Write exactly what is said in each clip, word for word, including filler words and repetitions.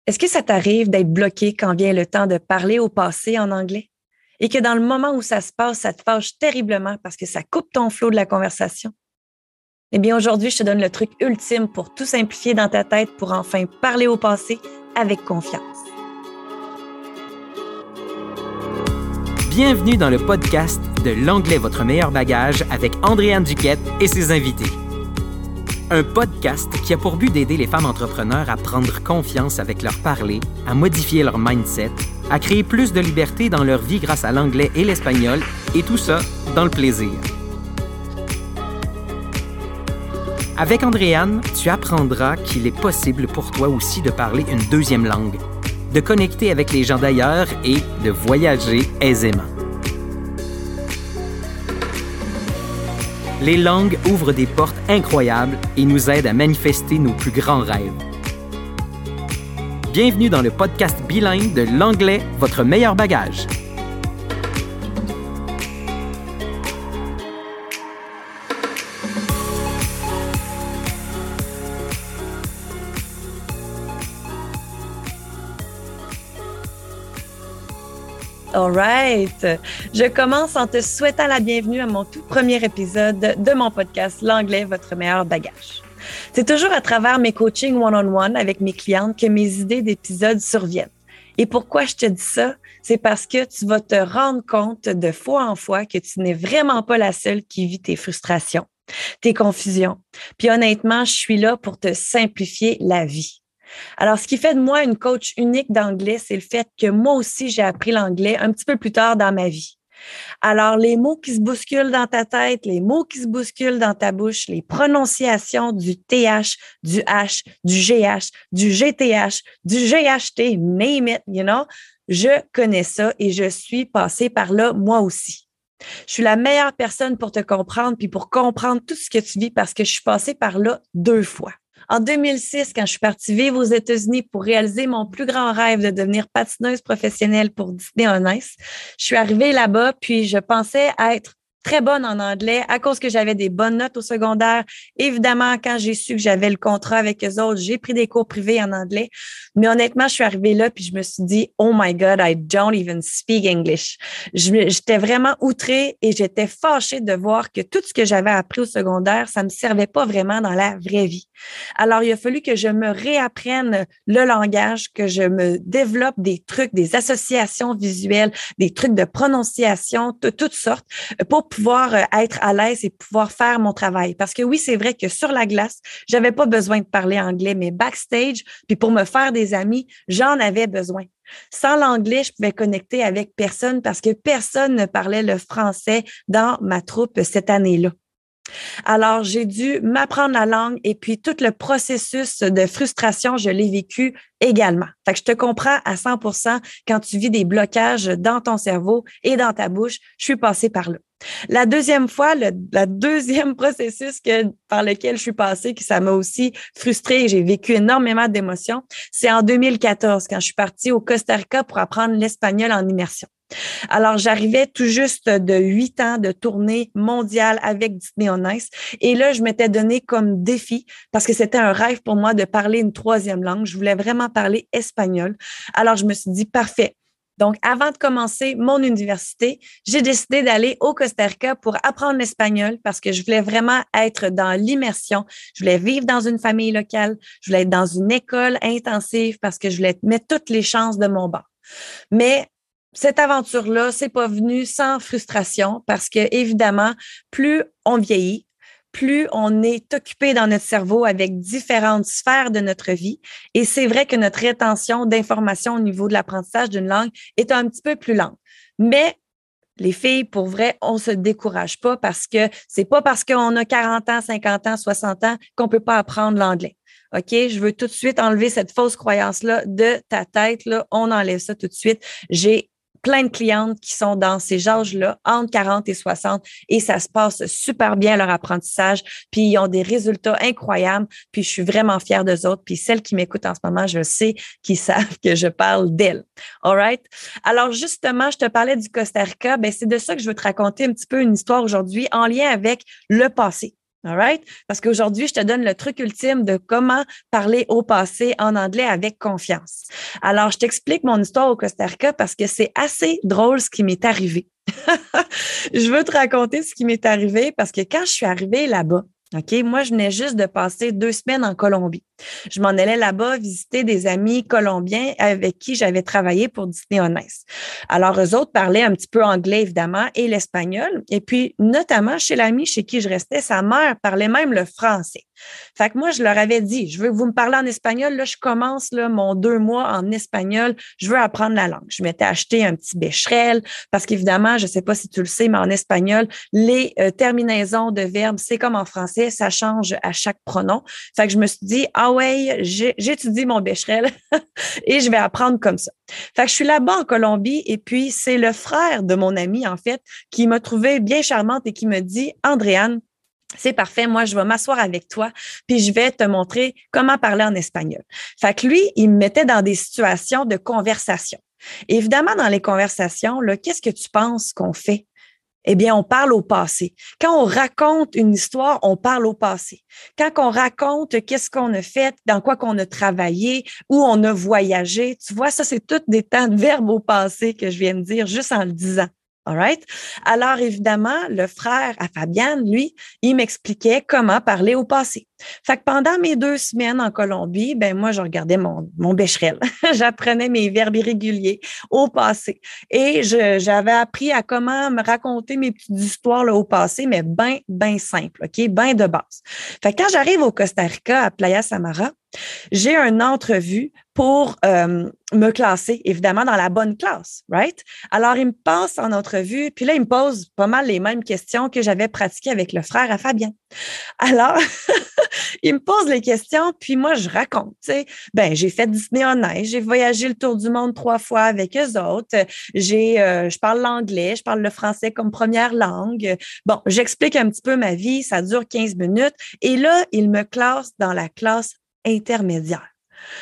Est-ce que ça t'arrive d'être bloqué quand vient le temps de parler au passé en anglais? Et que dans le moment où ça se passe, ça te fâche terriblement parce que ça coupe ton flot de la conversation? Eh bien, aujourd'hui, je te donne le truc ultime pour tout simplifier dans ta tête pour enfin parler au passé avec confiance. Bienvenue dans le podcast de l'anglais votre meilleur bagage avec Andréane Duquette et ses invités. Un podcast qui a pour but d'aider les femmes entrepreneurs à prendre confiance avec leur parler, à modifier leur mindset, à créer plus de liberté dans leur vie grâce à l'anglais et l'espagnol, et tout ça dans le plaisir. Avec Andréane, tu apprendras qu'il est possible pour toi aussi de parler une deuxième langue, de connecter avec les gens d'ailleurs et de voyager aisément. Les langues ouvrent des portes incroyables et nous aident à manifester nos plus grands rêves. Bienvenue dans le podcast bilingue de l'anglais, votre meilleur bagage. All right! Je commence en te souhaitant la bienvenue à mon tout premier épisode de mon podcast L'anglais, votre meilleur bagage. C'est toujours à travers mes coachings one-on-one avec mes clientes que mes idées d'épisodes surviennent. Et pourquoi je te dis ça? C'est parce que tu vas te rendre compte de fois en fois que tu n'es vraiment pas la seule qui vit tes frustrations, tes confusions. Puis honnêtement, je suis là pour te simplifier la vie. Alors, ce qui fait de moi une coach unique d'anglais, c'est le fait que moi aussi, j'ai appris l'anglais un petit peu plus tard dans ma vie. Alors, les mots qui se bousculent dans ta tête, les mots qui se bousculent dans ta bouche, les prononciations du T H, du H, du G H, du G T H, du G H T, name it, you know, je connais ça et je suis passée par là moi aussi. Je suis la meilleure personne pour te comprendre puis pour comprendre tout ce que tu vis parce que je suis passée par là deux fois. En deux mille six, quand je suis partie vivre aux États-Unis pour réaliser mon plus grand rêve de devenir patineuse professionnelle pour Disney on Ice, je suis arrivée là-bas, puis je pensais être très bonne en anglais à cause que j'avais des bonnes notes au secondaire. Évidemment, quand j'ai su que j'avais le contrat avec eux autres, j'ai pris des cours privés en anglais. Mais honnêtement, je suis arrivée là puis je me suis dit « Oh my God, I don't even speak English ». J'étais vraiment outrée et j'étais fâchée de voir que tout ce que j'avais appris au secondaire, ça me servait pas vraiment dans la vraie vie. Alors, il a fallu que je me réapprenne le langage, que je me développe des trucs, des associations visuelles, des trucs de prononciation, de toutes sortes, pour pouvoir être à l'aise et pouvoir faire mon travail. Parce que oui, c'est vrai que sur la glace, j'avais pas besoin de parler anglais, mais backstage, puis pour me faire des amis, j'en avais besoin. Sans l'anglais, je pouvais connecter avec personne parce que personne ne parlait le français dans ma troupe cette année-là. Alors, j'ai dû m'apprendre la langue et puis tout le processus de frustration, je l'ai vécu également. Fait que je te comprends à cent pour cent quand tu vis des blocages dans ton cerveau et dans ta bouche. Je suis passée par là. La deuxième fois, le la deuxième processus que, par lequel je suis passée, que ça m'a aussi frustrée et j'ai vécu énormément d'émotions, c'est en deux mille quatorze quand je suis partie au Costa Rica pour apprendre l'espagnol en immersion. Alors, j'arrivais tout juste de huit ans de tournée mondiale avec Disney on Ice. Et là, je m'étais donné comme défi, parce que c'était un rêve pour moi de parler une troisième langue. Je voulais vraiment parler espagnol. Alors, je me suis dit, parfait. Donc, avant de commencer mon université, j'ai décidé d'aller au Costa Rica pour apprendre l'espagnol parce que je voulais vraiment être dans l'immersion. Je voulais vivre dans une famille locale. Je voulais être dans une école intensive parce que je voulais mettre toutes les chances de mon bord. Mais cette aventure-là, c'est pas venu sans frustration parce que, évidemment, plus on vieillit, plus on est occupé dans notre cerveau avec différentes sphères de notre vie. Et c'est vrai que notre rétention d'informations au niveau de l'apprentissage d'une langue est un petit peu plus lente. Mais les filles, pour vrai, on se décourage pas parce que c'est pas parce qu'on a quarante ans, cinquante ans, soixante ans qu'on peut pas apprendre l'anglais. OK, je veux tout de suite enlever cette fausse croyance-là de ta tête. Là, on enlève ça tout de suite. J'ai plein de clientes qui sont dans ces âges-là, entre quarante et soixante, et ça se passe super bien leur apprentissage, puis ils ont des résultats incroyables, puis je suis vraiment fière d'eux autres, puis celles qui m'écoutent en ce moment, je sais qu'ils savent que je parle d'elles. All right? Alors justement, je te parlais du Costa Rica, ben c'est de ça que je veux te raconter un petit peu une histoire aujourd'hui en lien avec le passé. All right? Parce qu'aujourd'hui, je te donne le truc ultime de comment parler au passé en anglais avec confiance. Alors, je t'explique mon histoire au Costa Rica parce que c'est assez drôle ce qui m'est arrivé. Je veux te raconter ce qui m'est arrivé parce que quand je suis arrivée là-bas, OK, moi, je venais juste de passer deux semaines en Colombie. Je m'en allais là-bas visiter des amis colombiens avec qui j'avais travaillé pour Disney On Ice. Alors, eux autres parlaient un petit peu anglais, évidemment, et l'espagnol. Et puis, notamment, chez l'ami chez qui je restais, sa mère parlait même le français. Fait que moi, je leur avais dit, je veux que vous me parlez en espagnol. Là, je commence là, mon deux mois en espagnol. Je veux apprendre la langue. Je m'étais acheté un petit bécherel parce qu'évidemment, je ne sais pas si tu le sais, mais en espagnol, les euh, terminaisons de verbes, c'est comme en français, ça change à chaque pronom. Fait que je me suis dit, ah ouais, j'ai, j'étudie mon bécherel et je vais apprendre comme ça. Fait que je suis là-bas en Colombie et puis c'est le frère de mon ami, en fait, qui m'a trouvée bien charmante et qui me dit, Andréane, c'est parfait, moi, je vais m'asseoir avec toi, puis je vais te montrer comment parler en espagnol. Fait que lui, il me mettait dans des situations de conversation. Évidemment, dans les conversations, là, qu'est-ce que tu penses qu'on fait? Eh bien, on parle au passé. Quand on raconte une histoire, on parle au passé. Quand on raconte qu'est-ce qu'on a fait, dans quoi qu'on a travaillé, où on a voyagé, tu vois, ça, c'est tout des temps de verbes au passé que je viens de dire juste en le disant. All right? Alors, évidemment, le frère à Fabienne, lui, il m'expliquait comment parler au passé. Fait que pendant mes deux semaines en Colombie, ben moi, je regardais mon, mon bécherel. J'apprenais mes verbes irréguliers au passé. Et je, j'avais appris à comment me raconter mes petites histoires là, au passé, mais bien, bien simple, OK? Bien de base. Fait que quand j'arrive au Costa Rica, à Playa Samara, j'ai une entrevue pour euh, me classer, évidemment, dans la bonne classe, right? Alors, il me passe en entrevue, puis là, il me pose pas mal les mêmes questions que j'avais pratiquées avec le frère à Fabien. Alors, il me pose les questions, puis moi, je raconte, tu sais, ben, j'ai fait Disney on Ice, j'ai voyagé le tour du monde trois fois avec eux autres, j'ai, euh, je parle l'anglais, je parle le français comme première langue. Bon, j'explique un petit peu ma vie, ça dure quinze minutes, et là, il me classe dans la classe intermédiaire.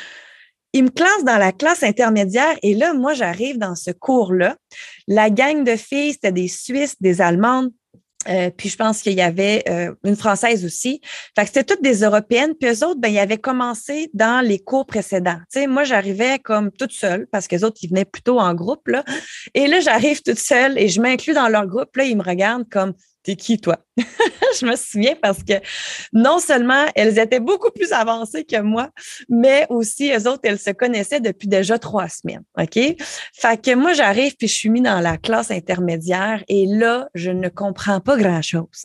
Il me classe dans la classe intermédiaire et là, moi, j'arrive dans ce cours-là. La gang de filles, c'était des Suisses, des Allemandes, euh, puis je pense qu'il y avait euh, une Française aussi. Fait que c'était toutes des Européennes. Puis eux autres, ben, ils avaient commencé dans les cours précédents. Tu sais, moi, j'arrivais comme toute seule parce que les autres, ils venaient plutôt en groupe, là. Et là, j'arrive toute seule et je m'inclus dans leur groupe. Là, ils me regardent comme t'es qui, toi? Je me souviens parce que non seulement elles étaient beaucoup plus avancées que moi, mais aussi eux autres, elles se connaissaient depuis déjà trois semaines. OK? Fait que moi, j'arrive puis je suis mis dans la classe intermédiaire et là, je ne comprends pas grand-chose.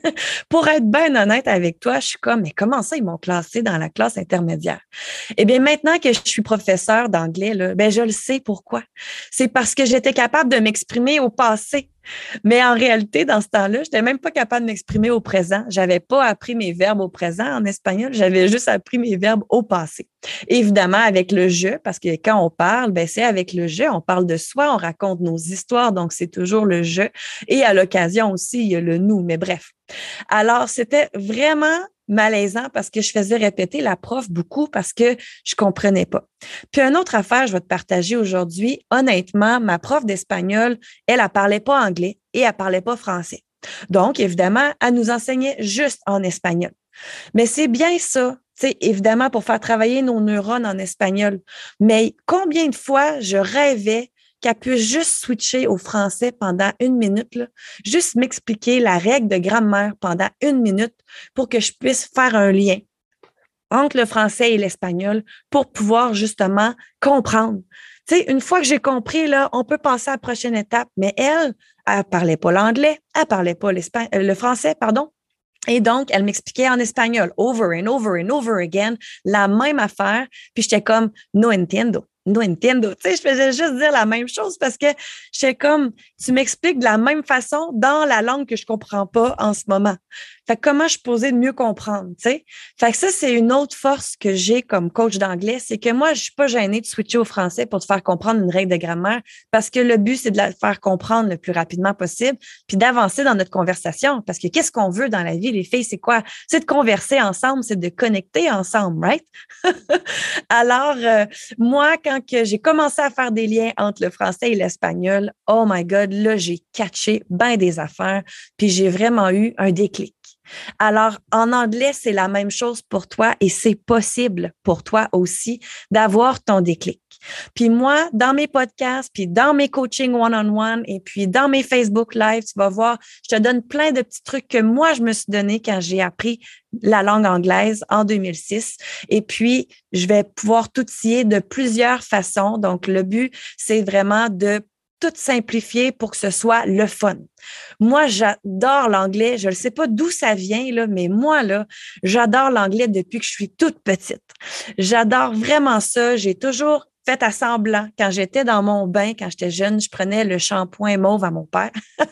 Pour être bien honnête avec toi, je suis comme, mais comment ça, ils m'ont classé dans la classe intermédiaire? Eh bien, maintenant que je suis professeure d'anglais, là, ben, je le sais pourquoi. C'est parce que j'étais capable de m'exprimer au passé. Mais en réalité, dans ce temps-là, je n'étais même pas capable de m'exprimer au présent. Je n'avais pas appris mes verbes au présent en espagnol, j'avais juste appris mes verbes au passé. Évidemment, avec le je, parce que quand on parle, ben, c'est avec le je, on parle de soi, on raconte nos histoires, donc c'est toujours le je. Et à l'occasion aussi, il y a le nous, mais bref. Alors, c'était vraiment malaisant parce que je faisais répéter la prof beaucoup parce que je comprenais pas. Puis une autre affaire, je vais te partager aujourd'hui. Honnêtement, ma prof d'espagnol, elle, elle parlait pas anglais et elle parlait pas français. Donc, évidemment, elle nous enseignait juste en espagnol. Mais c'est bien ça, tu sais, évidemment, pour faire travailler nos neurones en espagnol. Mais combien de fois je rêvais qu'elle puisse juste switcher au français pendant une minute, là, juste m'expliquer la règle de grammaire pendant une minute pour que je puisse faire un lien entre le français et l'espagnol pour pouvoir justement comprendre. Tu sais, une fois que j'ai compris, là, on peut passer à la prochaine étape, mais elle, elle parlait pas l'anglais, elle parlait pas l'espa- le français, pardon. Et donc, elle m'expliquait en espagnol, over and over and over again, la même affaire. Puis j'étais comme, no entiendo. No entiendo. Tu sais, je faisais juste dire la même chose parce que j'étais comme, tu m'expliques de la même façon dans la langue que je comprends pas en ce moment. Fait que comment je posais de mieux comprendre, tu sais? Fait que ça, c'est une autre force que j'ai comme coach d'anglais, c'est que moi, je suis pas gênée de switcher au français pour te faire comprendre une règle de grammaire parce que le but, c'est de la faire comprendre le plus rapidement possible puis d'avancer dans notre conversation parce que qu'est-ce qu'on veut dans la vie, les filles, c'est quoi? C'est de converser ensemble, c'est de connecter ensemble, right? Alors, euh, moi, quand que j'ai commencé à faire des liens entre le français et l'espagnol, oh my God, là, j'ai catché bien des affaires puis j'ai vraiment eu un déclic. Alors, en anglais, c'est la même chose pour toi et c'est possible pour toi aussi d'avoir ton déclic. Puis moi, dans mes podcasts, puis dans mes coachings one-on-one et puis dans mes Facebook Live, tu vas voir, je te donne plein de petits trucs que moi, je me suis donné quand j'ai appris la langue anglaise en deux mille six. Et puis, je vais pouvoir t'outiller de plusieurs façons. Donc, le but, c'est vraiment de tout simplifier pour que ce soit le fun. Moi, j'adore l'anglais. Je ne sais pas d'où ça vient, là, mais moi, là, j'adore l'anglais depuis que je suis toute petite. J'adore vraiment ça. J'ai toujours fait à semblant. Quand j'étais dans mon bain, quand j'étais jeune, je prenais le shampoing mauve à mon père.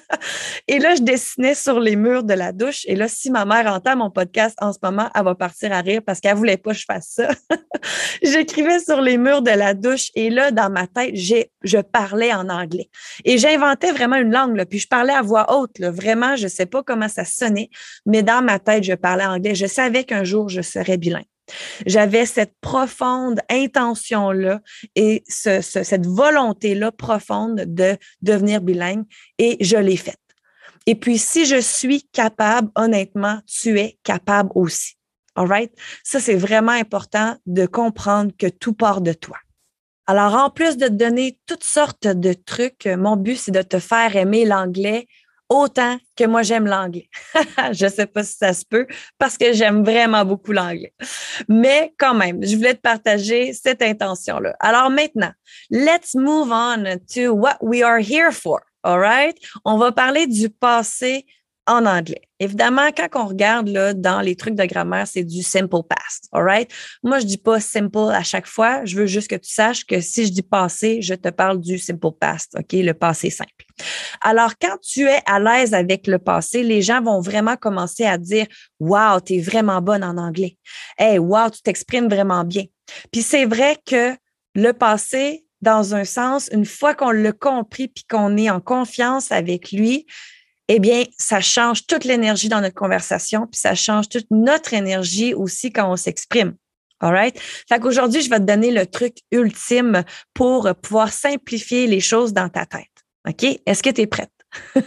Et là, je dessinais sur les murs de la douche. Et là, si ma mère entend mon podcast en ce moment, elle va partir à rire parce qu'elle voulait pas que je fasse ça. J'écrivais sur les murs de la douche et là, dans ma tête, j'ai, je parlais en anglais. Et j'inventais vraiment une langue, là, puis je parlais à voix haute. Là. Vraiment, je sais pas comment ça sonnait, mais dans ma tête, je parlais anglais. Je savais qu'un jour, je serais bilingue. J'avais cette profonde intention-là et ce, ce, cette volonté-là profonde de devenir bilingue et je l'ai faite. Et puis, si je suis capable, honnêtement, tu es capable aussi. All right? Ça, c'est vraiment important de comprendre que tout part de toi. Alors, en plus de te donner toutes sortes de trucs, mon but, c'est de te faire aimer l'anglais autant que moi, j'aime l'anglais. Je ne sais pas si ça se peut parce que j'aime vraiment beaucoup l'anglais. Mais quand même, je voulais te partager cette intention-là. Alors maintenant, let's move on to what we are here for. All right? On va parler du passé en anglais. Évidemment, quand on regarde là, dans les trucs de grammaire, c'est du simple past. All right? Moi, je dis pas simple à chaque fois. Je veux juste que tu saches que si je dis passé, je te parle du simple past. OK? Le passé simple. Alors, quand tu es à l'aise avec le passé, les gens vont vraiment commencer à dire « Wow, tu es vraiment bonne en anglais. Hey, wow, tu t'exprimes vraiment bien. » Puis c'est vrai que le passé, dans un sens, une fois qu'on l'a compris puis qu'on est en confiance avec lui, eh bien, ça change toute l'énergie dans notre conversation, puis ça change toute notre énergie aussi quand on s'exprime. All right? Fait qu'aujourd'hui, je vais te donner le truc ultime pour pouvoir simplifier les choses dans ta tête. OK? Est-ce que tu es prête?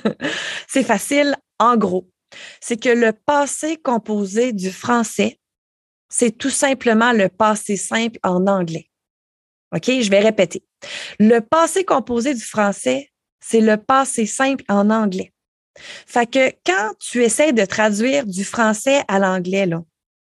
C'est facile. En gros, c'est que le passé composé du français, c'est tout simplement le passé simple en anglais. OK? Je vais répéter. Le passé composé du français, c'est le passé simple en anglais. Fait que quand tu essaies de traduire du français à l'anglais, là,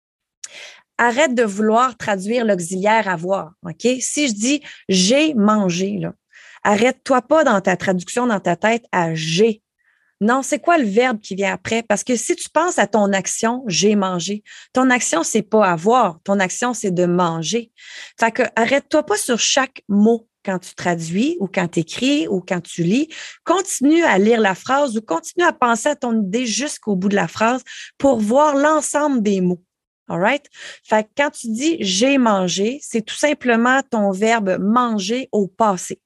arrête de vouloir traduire l'auxiliaire avoir, OK? Si je dis « j'ai mangé », là, arrête-toi pas dans ta traduction, dans ta tête, à « j'ai ». Non, c'est quoi le verbe qui vient après? Parce que si tu penses à ton action « j'ai mangé », ton action, c'est pas avoir, ton action, c'est de manger. Fait que arrête-toi pas sur chaque mot quand tu traduis ou quand tu écris ou quand tu lis. Continue à lire la phrase ou continue à penser à ton idée jusqu'au bout de la phrase pour voir l'ensemble des mots. All right? Fait que quand tu dis « j'ai mangé », c'est tout simplement ton verbe « manger » au passé.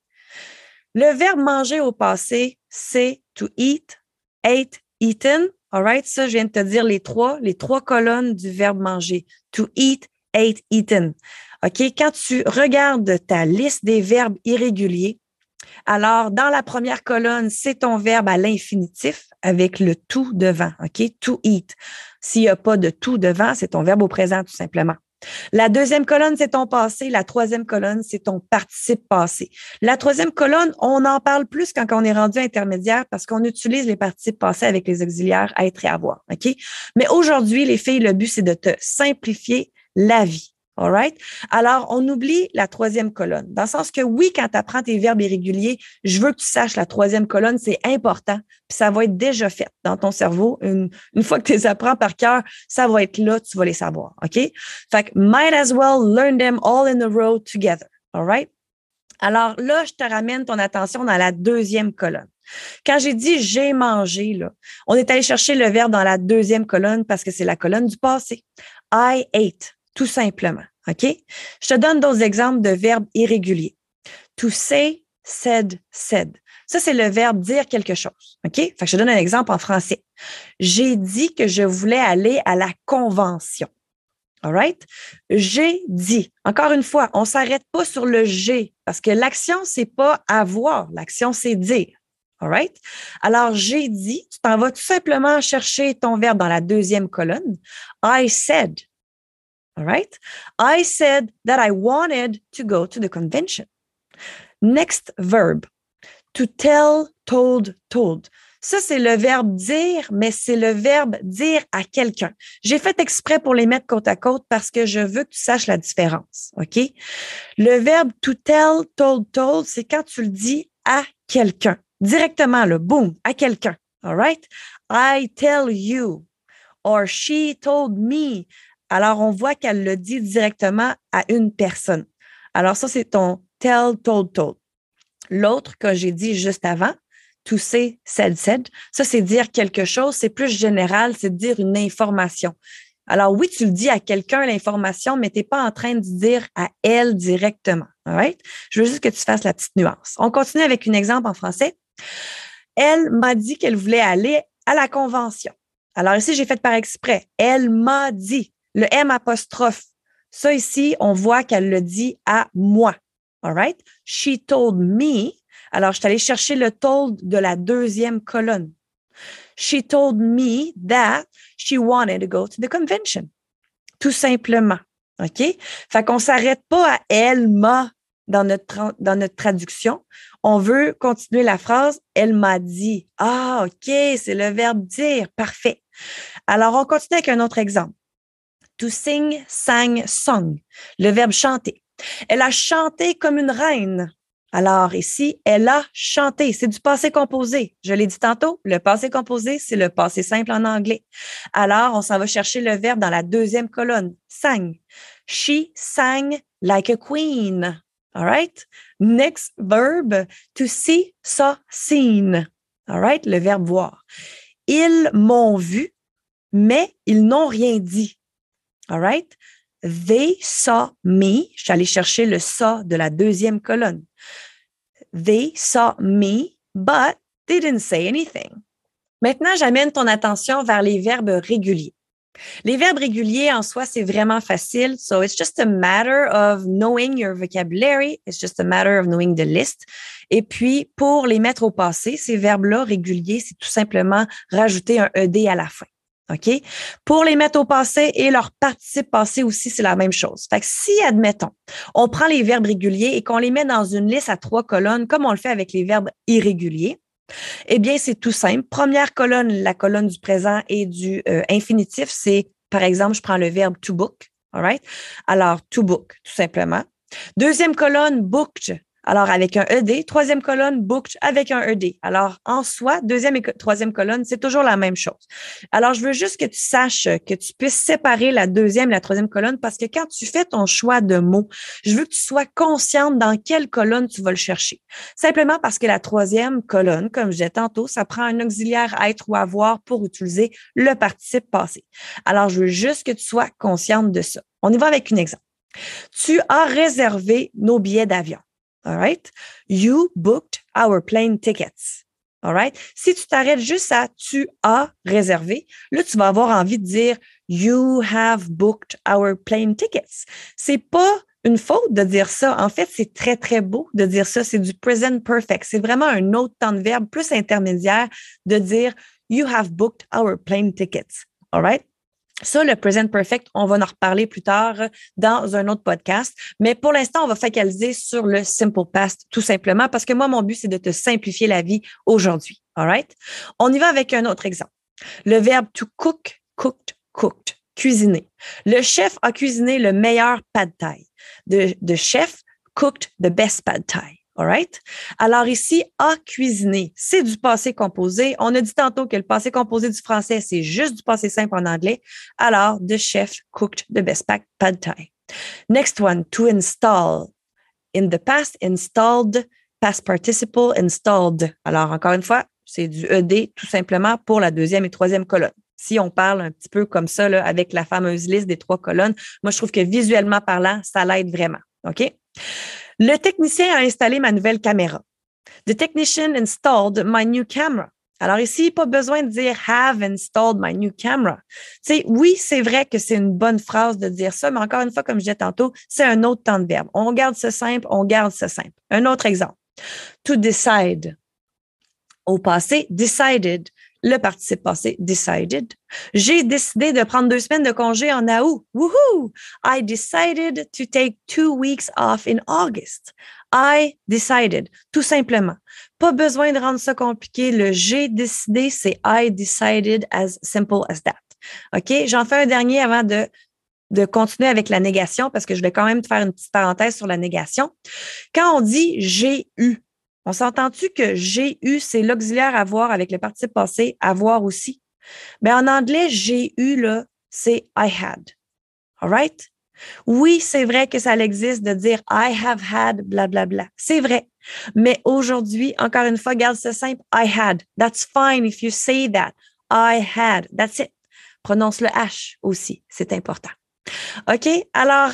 Le verbe « manger » au passé, c'est « to eat », « ate », « eaten ». All right? Ça, je viens de te dire les trois, les trois colonnes du verbe « manger ». « To eat », « ate », « eaten ». OK? Quand tu regardes ta liste des verbes irréguliers, alors, dans la première colonne, c'est ton verbe à l'infinitif avec le to devant. OK? To eat. S'il n'y a pas de to devant, c'est ton verbe au présent, tout simplement. La deuxième colonne, c'est ton passé. La troisième colonne, c'est ton participe passé. La troisième colonne, on en parle plus quand on est rendu intermédiaire parce qu'on utilise les participes passés avec les auxiliaires être et avoir. OK? Mais aujourd'hui, les filles, le but, c'est de te simplifier la vie. All right? Alors, on oublie la troisième colonne. Dans le sens que oui, quand tu apprends tes verbes irréguliers, je veux que tu saches la troisième colonne, c'est important. Puis ça va être déjà fait dans ton cerveau. Une, une fois que tu les apprends par cœur, ça va être là, tu vas les savoir. OK? Fait que might as well learn them all in a row together. All right? Alors là, je te ramène ton attention dans la deuxième colonne. Quand j'ai dit « j'ai mangé », là, on est allé chercher le verbe dans la deuxième colonne parce que c'est la colonne du passé. I ate. Tout simplement, OK? Je te donne d'autres exemples de verbes irréguliers. To say, said, said. Ça, c'est le verbe dire quelque chose, OK? Fait que je te donne un exemple en français. J'ai dit que je voulais aller à la convention. All right? J'ai dit. Encore une fois, on ne s'arrête pas sur le « j'ai » parce que l'action, c'est pas avoir. L'action, c'est dire. All right? Alors, j'ai dit, tu t'en vas tout simplement chercher ton verbe dans la deuxième colonne. I said. All right? I said that I wanted to go to the convention. Next verb. To tell, told, told. Ça, c'est le verbe dire, mais c'est le verbe dire à quelqu'un. J'ai fait exprès pour les mettre côte à côte parce que je veux que tu saches la différence. OK? Le verbe to tell, told, told, c'est quand tu le dis à quelqu'un. Directement, le boom, à quelqu'un. All right? I tell you. Or she told me. Alors, on voit qu'elle le dit directement à une personne. Alors, ça, c'est ton tell, told, told. L'autre que j'ai dit juste avant, to say, said, said, ça, c'est dire quelque chose, c'est plus général, c'est dire une information. Alors oui, tu le dis à quelqu'un, l'information, mais tu n'es pas en train de dire à elle directement. All right? Je veux juste que tu fasses la petite nuance. On continue avec un exemple en français. Elle m'a dit qu'elle voulait aller à la convention. Alors ici, j'ai fait par exprès. Elle m'a dit. Le M apostrophe. Ça ici, on voit qu'elle le dit à moi. All right? She told me. Alors, je suis allée chercher le told de la deuxième colonne. She told me that she wanted to go to the convention. Tout simplement. OK? Fait qu'on s'arrête pas à elle m'a dans notre, dans notre traduction. On veut continuer la phrase elle m'a dit. Ah, OK, c'est le verbe dire. Parfait. Alors, on continue avec un autre exemple. To sing, sang, sung. Le verbe chanter. Elle a chanté comme une reine. Alors ici, elle a chanté. C'est du passé composé. Je l'ai dit tantôt, le passé composé, c'est le passé simple en anglais. Alors, on s'en va chercher le verbe dans la deuxième colonne. Sang. She sang like a queen. All right? Next verb, to see, saw, seen. All right? Le verbe voir. Ils m'ont vu, mais ils n'ont rien dit. All right? They saw me. Je suis allée chercher le saw de la deuxième colonne. They saw me, but they didn't say anything. Maintenant, j'amène ton attention vers les verbes réguliers. Les verbes réguliers, en soi, c'est vraiment facile. So it's just a matter of knowing your vocabulary. It's just a matter of knowing the list. Et puis, pour les mettre au passé, ces verbes-là réguliers, c'est tout simplement rajouter un E D à la fin. OK? Pour les mettre au passé et leur participe passé aussi, c'est la même chose. Fait que si, admettons, on prend les verbes réguliers et qu'on les met dans une liste à trois colonnes, comme on le fait avec les verbes irréguliers, eh bien, c'est tout simple. Première colonne, la colonne du présent et du euh, infinitif, c'est, par exemple, je prends le verbe to book. All right? Alors, to book, tout simplement. Deuxième colonne, booked. Alors, avec un E D. Troisième colonne, booked avec un E D. Alors, en soi, deuxième et troisième colonne, c'est toujours la même chose. Alors, je veux juste que tu saches, que tu puisses séparer la deuxième et la troisième colonne parce que quand tu fais ton choix de mots, je veux que tu sois consciente dans quelle colonne tu vas le chercher. Simplement parce que la troisième colonne, comme je disais tantôt, ça prend un auxiliaire être ou avoir pour utiliser le participe passé. Alors, je veux juste que tu sois consciente de ça. On y va avec un exemple. Tu as réservé nos billets d'avion. All right? You booked our plane tickets. All right? Si tu t'arrêtes juste à tu as réservé, là, tu vas avoir envie de dire you have booked our plane tickets. C'est pas une faute de dire ça. En fait, c'est très, très beau de dire ça. C'est du present perfect. C'est vraiment un autre temps de verbe plus intermédiaire de dire you have booked our plane tickets. All right? Ça, le present perfect, on va en reparler plus tard dans un autre podcast. Mais pour l'instant, on va focaliser sur le simple past, tout simplement, parce que moi, mon but, c'est de te simplifier la vie aujourd'hui. All right? On y va avec un autre exemple. Le verbe to cook, cooked, cooked, cuisiner. Le chef a cuisiné le meilleur pad thai. The, the chef cooked the best pad thai. All right? Alors ici, a cuisiné, c'est du passé composé. On a dit tantôt que le passé composé du français, c'est juste du passé simple en anglais. Alors, the chef cooked the best pad thai. Next one, to install. In the past, installed, past participle, installed. Alors, encore une fois, c'est du E D tout simplement pour la deuxième et troisième colonne. Si on parle un petit peu comme ça, là, avec la fameuse liste des trois colonnes, moi, je trouve que visuellement parlant, ça l'aide vraiment. OK? Le technicien a installé ma nouvelle caméra. The technician installed my new camera. Alors ici, pas besoin de dire have installed my new camera. Tu sais, oui, c'est vrai que c'est une bonne phrase de dire ça, mais encore une fois, comme je disais tantôt, c'est un autre temps de verbe. On garde ça simple, on garde ça simple. Un autre exemple. To decide. Au passé, decided. Le participe passé, decided. J'ai décidé de prendre deux semaines de congé en août. Woohoo! I decided to take two weeks off in August. I decided, tout simplement. Pas besoin de rendre ça compliqué. Le j'ai décidé, c'est I decided, as simple as that. OK? J'en fais un dernier avant de, de continuer avec la négation parce que je vais quand même te faire une petite parenthèse sur la négation. Quand on dit j'ai eu, on s'entend-tu que j'ai eu, c'est l'auxiliaire avoir avec le participe passé, avoir aussi? Mais en anglais, j'ai eu, là, c'est I had. All right? Oui, c'est vrai que ça existe de dire I have had, blablabla. Bla, bla. C'est vrai. Mais aujourd'hui, encore une fois, garde ça simple. I had. That's fine if you say that. I had. That's it. Prononce le H aussi. C'est important. OK? Alors,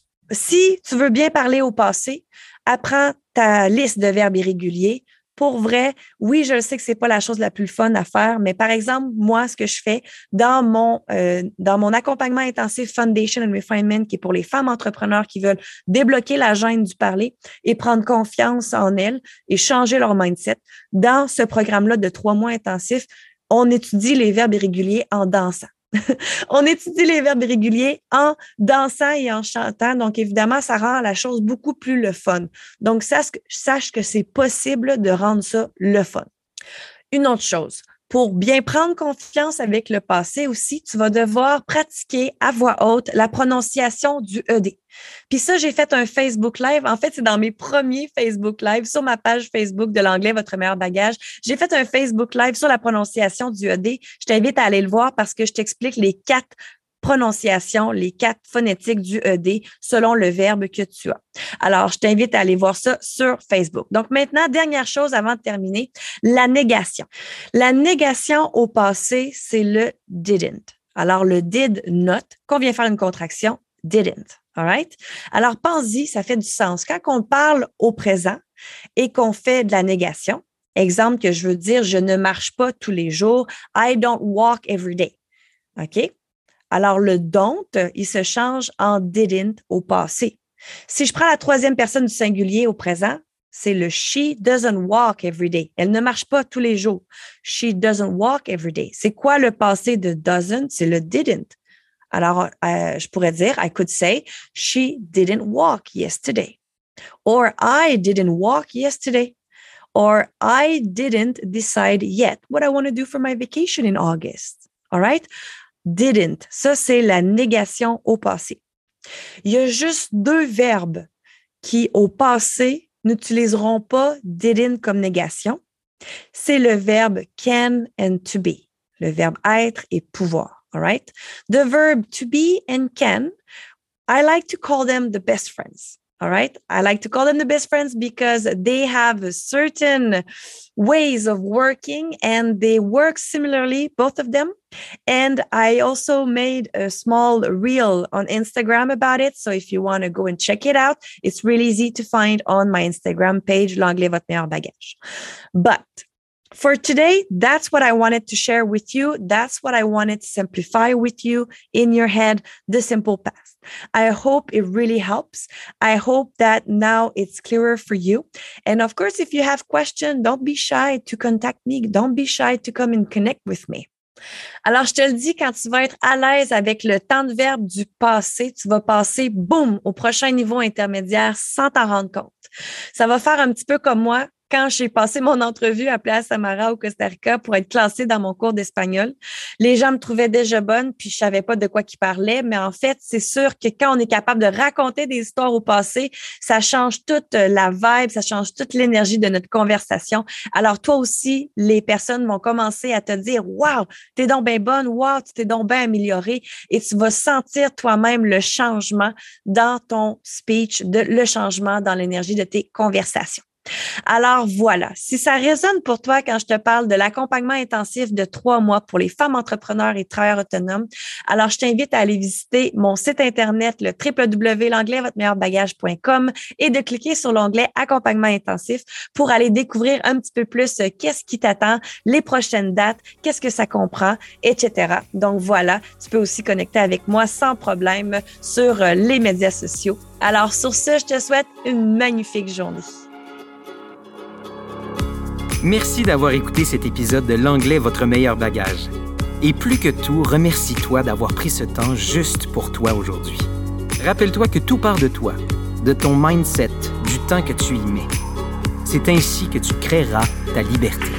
si tu veux bien parler au passé, apprends ta liste de verbes irréguliers. Pour vrai, oui, je sais que c'est pas la chose la plus fun à faire, mais par exemple, moi, ce que je fais dans mon euh, dans mon accompagnement intensif Foundation and Refinement, qui est pour les femmes entrepreneurs qui veulent débloquer la gêne du parler et prendre confiance en elles et changer leur mindset, dans ce programme-là de trois mois intensifs, on étudie les verbes irréguliers en dansant. On étudie les verbes irréguliers en dansant et en chantant. Donc, évidemment, ça rend la chose beaucoup plus le fun. Donc, sache, sache que c'est possible de rendre ça le fun. Une autre chose, pour bien prendre confiance avec le passé aussi, tu vas devoir pratiquer à voix haute la prononciation du E D. Puis ça, j'ai fait un Facebook Live. En fait, c'est dans mes premiers Facebook Live sur ma page Facebook de l'anglais, votre meilleur bagage. J'ai fait un Facebook Live sur la prononciation du E D. Je t'invite à aller le voir parce que je t'explique les quatre prononciations, les quatre phonétiques du E D selon le verbe que tu as. Alors, je t'invite à aller voir ça sur Facebook. Donc maintenant, dernière chose avant de terminer, la négation. La négation au passé, c'est le didn't. Alors, le did not, qu'on vient faire une contraction, didn't. All right? Alors, pense-y, ça fait du sens. Quand on parle au présent et qu'on fait de la négation, exemple que je veux dire, je ne marche pas tous les jours, I don't walk every day. OK? Alors, le don't, il se change en didn't au passé. Si je prends la troisième personne du singulier au présent, c'est le she doesn't walk every day. Elle ne marche pas tous les jours. She doesn't walk every day. C'est quoi le passé de doesn't? C'est le didn't. Alors, euh, je pourrais dire, I could say, she didn't walk yesterday. Or I didn't walk yesterday. Or I didn't decide yet what I want to do for my vacation in August. All right? Didn't. Ça, c'est la négation au passé. Il y a juste deux verbes qui, au passé, n'utiliseront pas didn't comme négation. C'est le verbe can and to be. Le verbe être et pouvoir. All right? The verb to be and can, I like to call them the best friends. All right? I like to call them the best friends because they have a certain ways of working and they work similarly, both of them. And I also made a small reel on Instagram about it. So if you want to go and check it out, it's really easy to find on my Instagram page, L'Anglais, votre meilleur bagage. But for today, that's what I wanted to share with you. That's what I wanted to simplify with you in your head, the simple past. I hope it really helps. I hope that now it's clearer for you. And of course, if you have questions, don't be shy to contact me. Don't be shy to come and connect with me. Alors, je te le dis, quand tu vas être à l'aise avec le temps de verbe du passé, tu vas passer, boum, au prochain niveau intermédiaire sans t'en rendre compte. Ça va faire un petit peu comme moi. Quand j'ai passé mon entrevue à Playa Samara au Costa Rica pour être classée dans mon cours d'espagnol, les gens me trouvaient déjà bonne puis je savais pas de quoi qu'ils parlaient. Mais en fait, c'est sûr que quand on est capable de raconter des histoires au passé, ça change toute la vibe, ça change toute l'énergie de notre conversation. Alors toi aussi, les personnes vont commencer à te dire « Wow, t'es donc bien bonne, wow, tu t'es donc bien améliorée » et tu vas sentir toi-même le changement dans ton speech, de, le changement dans l'énergie de tes conversations. Alors voilà, si ça résonne pour toi quand je te parle de l'accompagnement intensif de trois mois pour les femmes entrepreneurs et travailleurs autonomes, alors je t'invite à aller visiter mon site internet, le w w w point l'anglais votre meilleur bagage point com et de cliquer sur l'onglet accompagnement intensif pour aller découvrir un petit peu plus qu'est-ce qui t'attend, les prochaines dates, qu'est-ce que ça comprend, et cetera. Donc voilà, tu peux aussi connecter avec moi sans problème sur les médias sociaux. Alors sur ce, je te souhaite une magnifique journée. Merci d'avoir écouté cet épisode de L'Anglais, votre meilleur bagage. Et plus que tout, remercie-toi d'avoir pris ce temps juste pour toi aujourd'hui. Rappelle-toi que tout part de toi, de ton mindset, du temps que tu y mets. C'est ainsi que tu créeras ta liberté.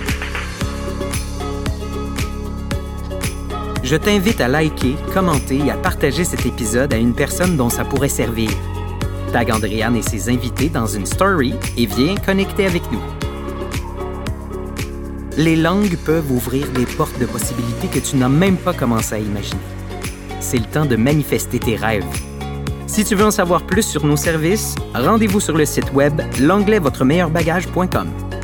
Je t'invite à liker, commenter et à partager cet épisode à une personne dont ça pourrait servir. Tag Andréane et ses invités dans une story et viens connecter avec nous. Les langues peuvent ouvrir des portes de possibilités que tu n'as même pas commencé à imaginer. C'est le temps de manifester tes rêves. Si tu veux en savoir plus sur nos services, rendez-vous sur le site web l'anglais votre meilleur bagage point com.